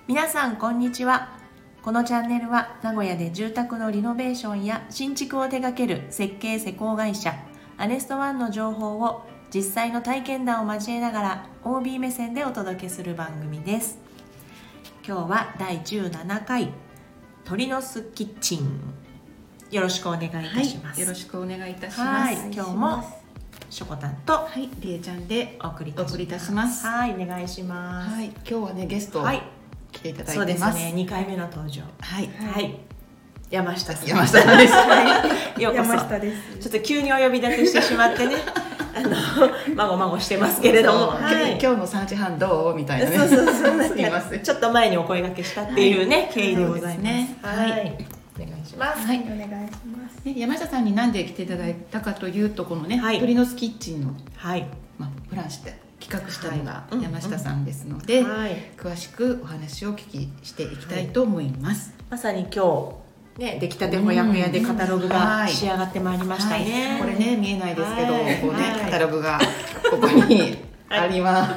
皆さんこんにちは。このチャンネルは名古屋で住宅のリノベーションや新築を手掛ける設計施工会社アネストワンの情報を実際の体験談を交えながら OB 目線でお届けする番組です。今日は第17回鳥の巣キッチン、よろしくお願いいたします。 よろしくお願いいたします。 今日もしょこたんとりえちゃんでお送りいたします。 お願いします。 今日はねゲスト来ていただいてます。 そうですね、2回目の登場。山下さんです。ようこそ。 山下です。 ちょっと急にお呼び立てしてしまってねまごまごしてますけれども、 今日の3時半どうみたいなね。 すみません。ちょっと前にお声掛けしたっていうね、経緯でございます。お願いします。 お願いします。 山下さんに何で来ていただいたかというと、このね、鳥の巣キッチンのプランして企画したのが山下さんですので、詳しくお話をお聞きしていきたいと思います。 まさに今日ね、出来たてほやほやでカタログが仕上がってまいりましたね。 これね見えないですけど、こうねカタログがここにあります。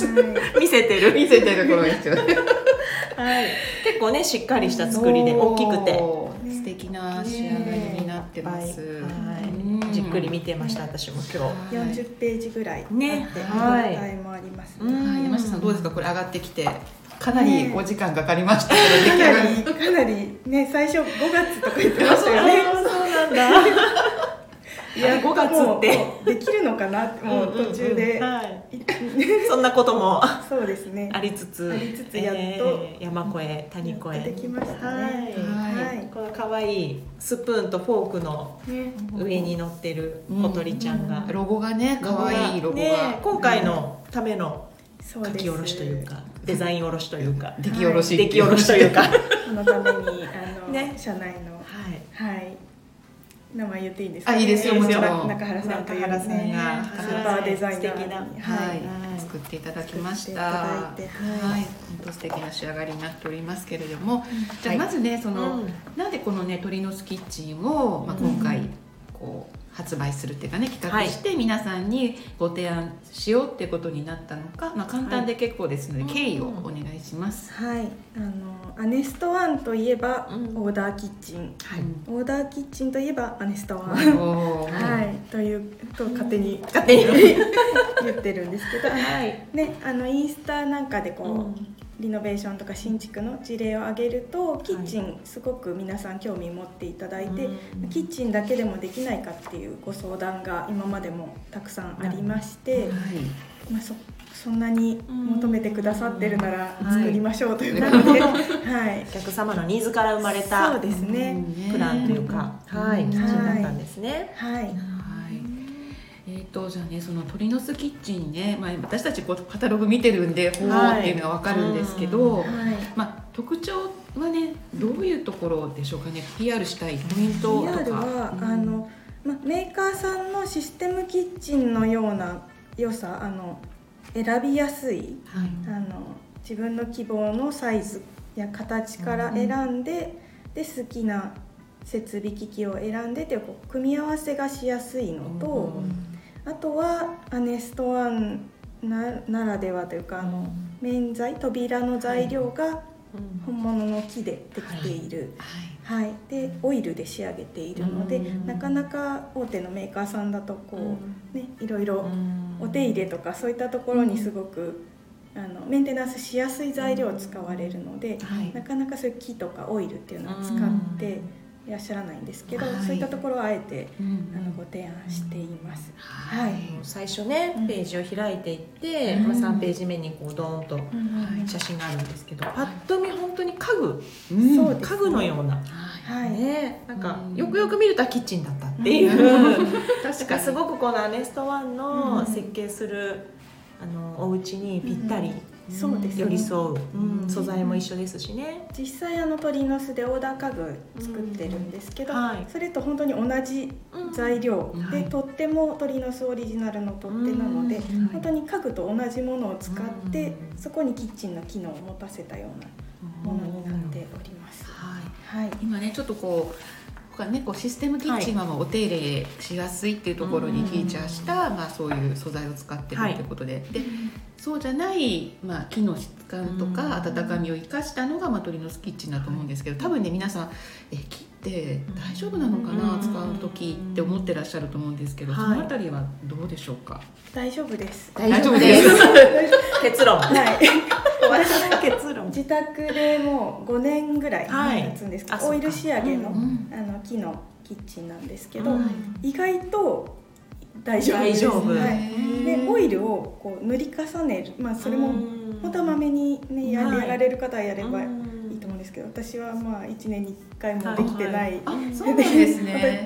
見せてるこの一応。 結構ねしっかりした作りで大きくて素敵な仕上がりになってます。 じっくり見てました、私も今日。40ページぐらいあって見応えもありますね。 山下さんどうですか、これ上がってきて。かなりお時間かかりましたけど、かなりね、最初5月とか言ってましたよね。 そうなんだ。いや、5月ってできるのかなって、もう途中でそんなこともそうですね、 ありつつやっと山越え谷越えできましたね。 この可愛いスプーンとフォークの上に乗ってる小鳥ちゃんが、 ロゴがね、可愛いロゴが今回のための書き下ろしというかデザイン下ろしというか出来下ろしというかそのために社内の名前言っていいですか？ いいですよ、もちろん。 中原さんというがスーパーデザイナーに作っていただきました。本当素敵な仕上がりになっておりますけれども、じゃあまずね、なんでこのね鳥の巣キッチンを今回こう発売するっていうかね、企画して皆さんにご提案しようっていうことになったのか、簡単で結構ですので経緯をお願いします。 アネストワンといえばオーダーキッチン、オーダーキッチンといえばアネストワンというと勝手に言ってるんですけど、インスタなんかでこうリノベーションとか新築の事例を挙げると、キッチンすごく皆さん興味持っていただいて、キッチンだけでもできないかっていうご相談が今までもたくさんありまして、そんなに求めてくださってるなら作りましょうということで、 お客様のニーズから生まれたそうですね、 プランというかキッチンだったんですね。 じゃあね、その鳥の巣キッチンね、私たちこうカタログ見てるんでっていうのが分かるんですけど、特徴はねどういうところでしょうかね。 PR したいポイントとか。 PR はメーカーさんのシステムキッチンのような良さ、選びやすい、自分の希望のサイズや形から選んで、好きな設備機器を選んでっていう組み合わせがしやすいのと、あとはアネストワンならではというか、面材、扉の材料が本物の木でできている、でオイルで仕上げているので、なかなか大手のメーカーさんだといろいろお手入れとかそういったところにすごくメンテナンスしやすい材料を使われるので、なかなかそういう木とかオイルっていうのを使っていらっしゃらないんですけど、そういったところをあえてご提案しています。 最初ねページを開いていって、3ページ目にこうドーンと写真があるんですけど、パッと見本当に家具のような、なんかよくよく見るとキッチンだったっていう、確かすごくこのアネストワンの設計するお家にぴったり寄り添う、素材も一緒ですしね。 実際鳥の巣でオーダー家具作ってるんですけど、それと本当に同じ材料で、とっても鳥の巣オリジナルの取っ手なので、本当に家具と同じものを使って、そこにキッチンの機能を持たせたようなものになっております。 今ねちょっとこうかね、こうシステムキッチンはまあお手入れしやすいっていうところにフィーチャーした、まあ、そういう素材を使ってるっていうことで、でそうじゃない、まあ、木の質感とか温かみを生かしたのが、まあ、鳥の巣キッチンだと思うんですけど、多分ね皆さん木って大丈夫なのかな、使う時って思ってらっしゃると思うんですけど、そのあたりはどうでしょうか？ 大丈夫です。 大丈夫です結論。 はい。 私の結論。 自宅でもう5年ぐらい経つんですけど、オイル仕上げの木のキッチンなんですけど、意外と大丈夫です。でオイルをこう塗り重ねる、まあそれも本当はまめにねやれる方はやればいいと思うんですけど、私はまあ1年に1回もできてない。 そうなんですね。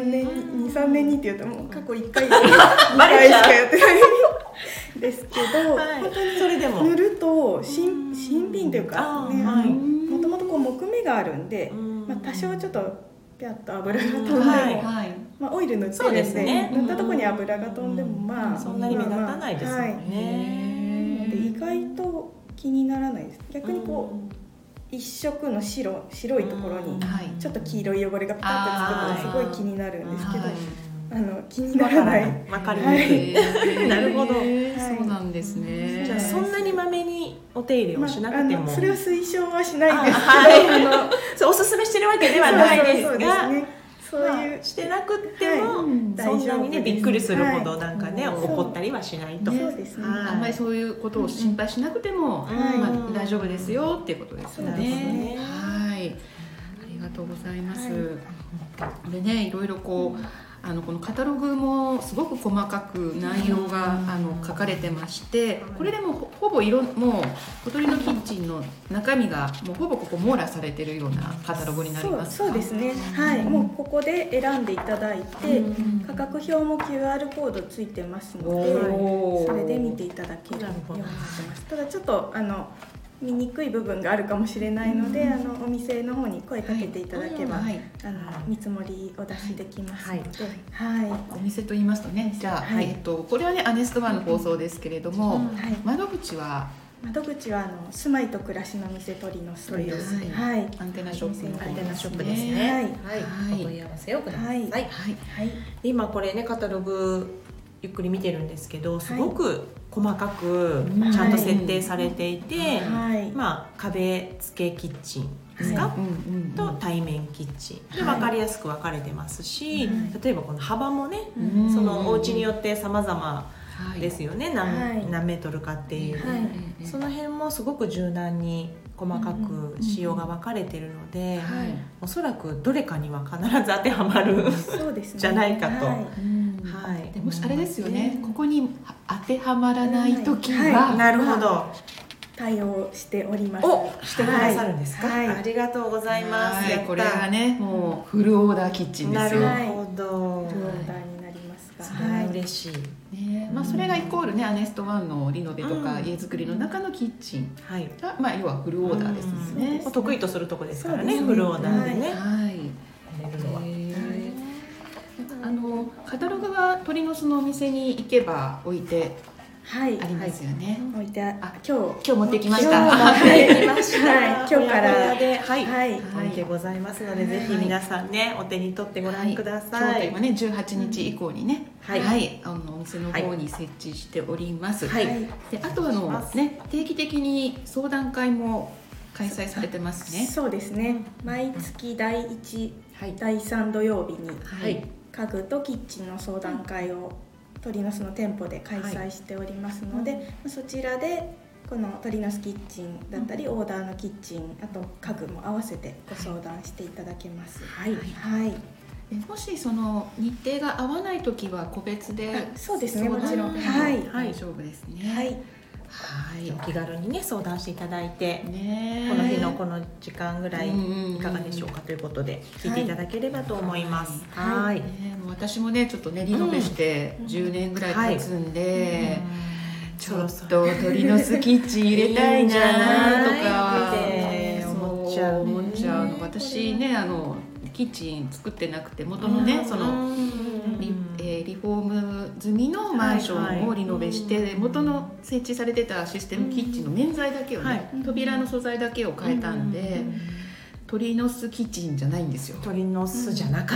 2、3年にっていうともう過去1回2回しかやってないですけど、本当にそれでも塗ると新品というかね、もともとこう木目があるんで、まあ多少ちょっとピャッと油が飛んでも、まあオイル塗ってるんで塗ったところに油が飛んでもまあそんなに目立たないですよね。 で意外と気にならないです。逆にこう一色の白いところにちょっと黄色い汚れがピタッとつくとすごい気になるんですけど、気にならない。 わかりにくい。なるほど。 そうなんですね。 じゃあそんなにまめにお手入れをしなくても、 それは推奨はしないですけど、 おすすめしてるわけではないですが、 そういうしてなくてもそんなにねびっくりするほどなんかね怒ったりはしないと。 そうですね。 あんまりそういうことを心配しなくてもまあ大丈夫ですよっていうことですよね。はい。ありがとうございます。これねいろいろこう。このカタログもすごく細かく内容が書かれてまして、これでもほぼもう小鳥のキッチンの中身がもうほぼここ網羅されてるようなカタログになりますか？ そうですね。はい。もうここで選んでいただいて、価格表も QR コードついてますので、それで見ていただけるようになってます。ただちょっと見にくい部分があるかもしれないので、お店の方に声かけていただけば、見積もりお出しできますので、 お店と言いますとね、じゃあ、これはねアネストワンの放送ですけれども、窓口は住まいと暮らしの店鳥の巣というアンテナショップですね。お問い合わせをください。今これねカタログゆっくり見てるんですけど、すごく細かくちゃんと設定されていて、まあ壁付けキッチンですか、と対面キッチンで分かりやすく分かれてますし、例えばこの幅もね、そのお家によって様々ですよね、何メートルかっていう、その辺もすごく柔軟に細かく仕様が分かれているので、おそらくどれかには必ず当てはまるじゃないかと。 でもしあれですよね、ここに当てはまらないときは、 なるほど、 対応しております。 してくださるんですか？ありがとうございます。 これはね、もうフルオーダーキッチンですよ。 なるほど。 フルオーダーになりますが、 それは嬉しい。 まあそれがイコールね、アネストワンのリノベとか家づくりの中のキッチンが、まあ要はフルオーダーですね。 得意とするとこですからね、フルオーダーでね。カタログは鳥の巣のお店に行けば置いてありますよね。 置いて今日持ってきました。 今日から置いてございますので、ぜひ皆さんねお手に取ってご覧ください。 今ね18日以降にね、お店の方に設置しております。であとね定期的に相談会も開催されてますね。 そうですね。毎月第1、第3土曜日に家具とキッチンの相談会を鳥の巣の店舗で開催しておりますので、そちらでこの鳥の巣キッチンだったり、オーダーのキッチン、あと家具も合わせてご相談していただけます。 もしその日程が合わないときは個別で、 そうですね、もちろん大丈夫ですね。 お気軽にね相談していただいて、この日のこの時間ぐらいいかがでしょうかということで聞いていただければと思います。 私もねちょっとねリノベして10年ぐらい経つんで、ちょっと鳥の巣キッチン入れたいなとか思っちゃうの。私ねキッチン作ってなくて、元のねそのリフォーム済みのマンションをリノベして、元の設置されてたシステムキッチンの面材だけをね、扉の素材だけを変えたんで、 鳥の巣キッチンじゃないんですよ。 鳥の巣じゃなかった。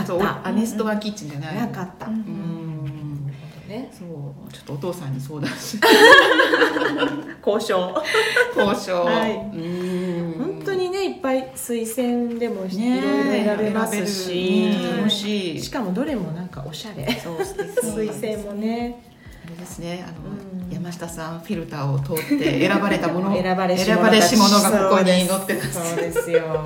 アネストワキッチンじゃない。 なかった。 ね、そうちょっとお父さんに相談して交渉はい、 本当にねいっぱい水仙でもいろいろ選べますし、 楽しい。 しかもどれもなんかおしゃれ。 そう素敵。 水仙もね、 あれですね、山下さんフィルターを通って選ばれたもの選ばれし者がここに載ってます。 そうですよ。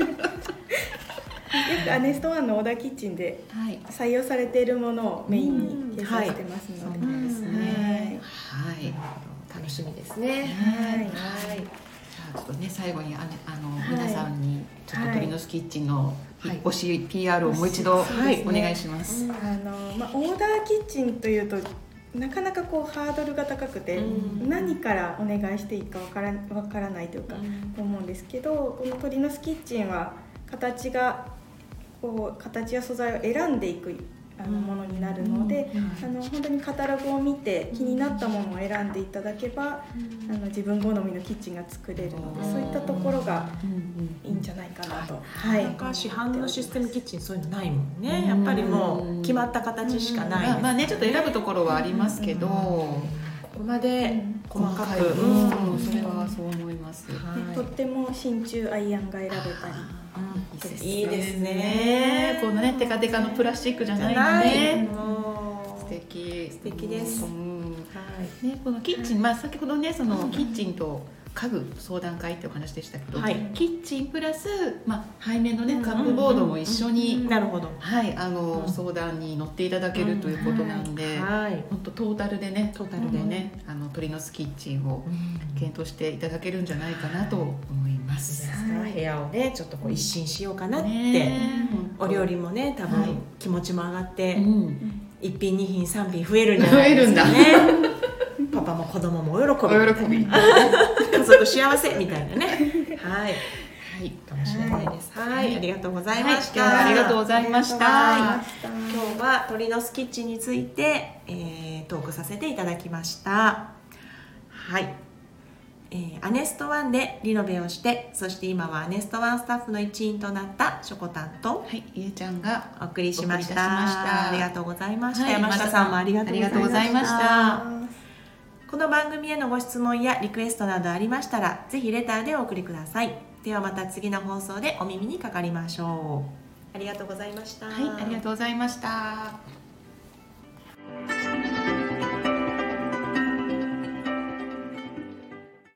よくアネストワンのオーダーキッチンで採用されているものをメインに掲載してますので、 はい、 楽しみですね。はい。 じゃあちょっとね最後に皆さんにちょっと鳥の巣キッチンの推し PR をもう一度お願いします。 オーダーキッチンというとなかなかこうハードルが高くて、何からお願いしていいかわからないというか思うんですけど、この鳥の巣キッチンは形や素材を選んでいくものになるので、本当にカタログを見て気になったものを選んでいただけば、自分好みのキッチンが作れるので、そういったところがいいんじゃないかなと。 なんか市販のシステムキッチンそういうのないもんね。やっぱりもう決まった形しかないです。 まあねちょっと選ぶところはありますけど、 ここまで細かく、 それはそう思います。 とっても真鍮アイアンが選べたり。 いいですね。 このねテカテカのプラスチックじゃないのね。素敵です。ねこのキッチン、先ほどねそのキッチンと家具相談会ってお話でしたけど、キッチンプラス背面のねカップボードも一緒になるほど相談に乗っていただけるということなので、本当トータルでね鳥の巣キッチンを検討していただけるんじゃないかなと思います。 部屋をねちょっとこう一新しようかなって、お料理もね多分気持ちも上がって1品2品3品増えるんじゃないですかね。パパも子供もお喜び家族幸せみたいなね。はいかもしれないです。ありがとうございました。 ありがとうございました。 今日は鳥の巣キッチンについてトークさせていただきました。アネストワンでリノベをして、そして今はアネストワンスタッフの一員となったしょこたんといえちゃんがお送りしました。ありがとうございました。山下さんもありがとうございました。この番組へのご質問やリクエストなどありましたら、ぜひレターでお送りください。ではまた次の放送でお耳にかかりましょう。ありがとうございました。 ありがとうございました。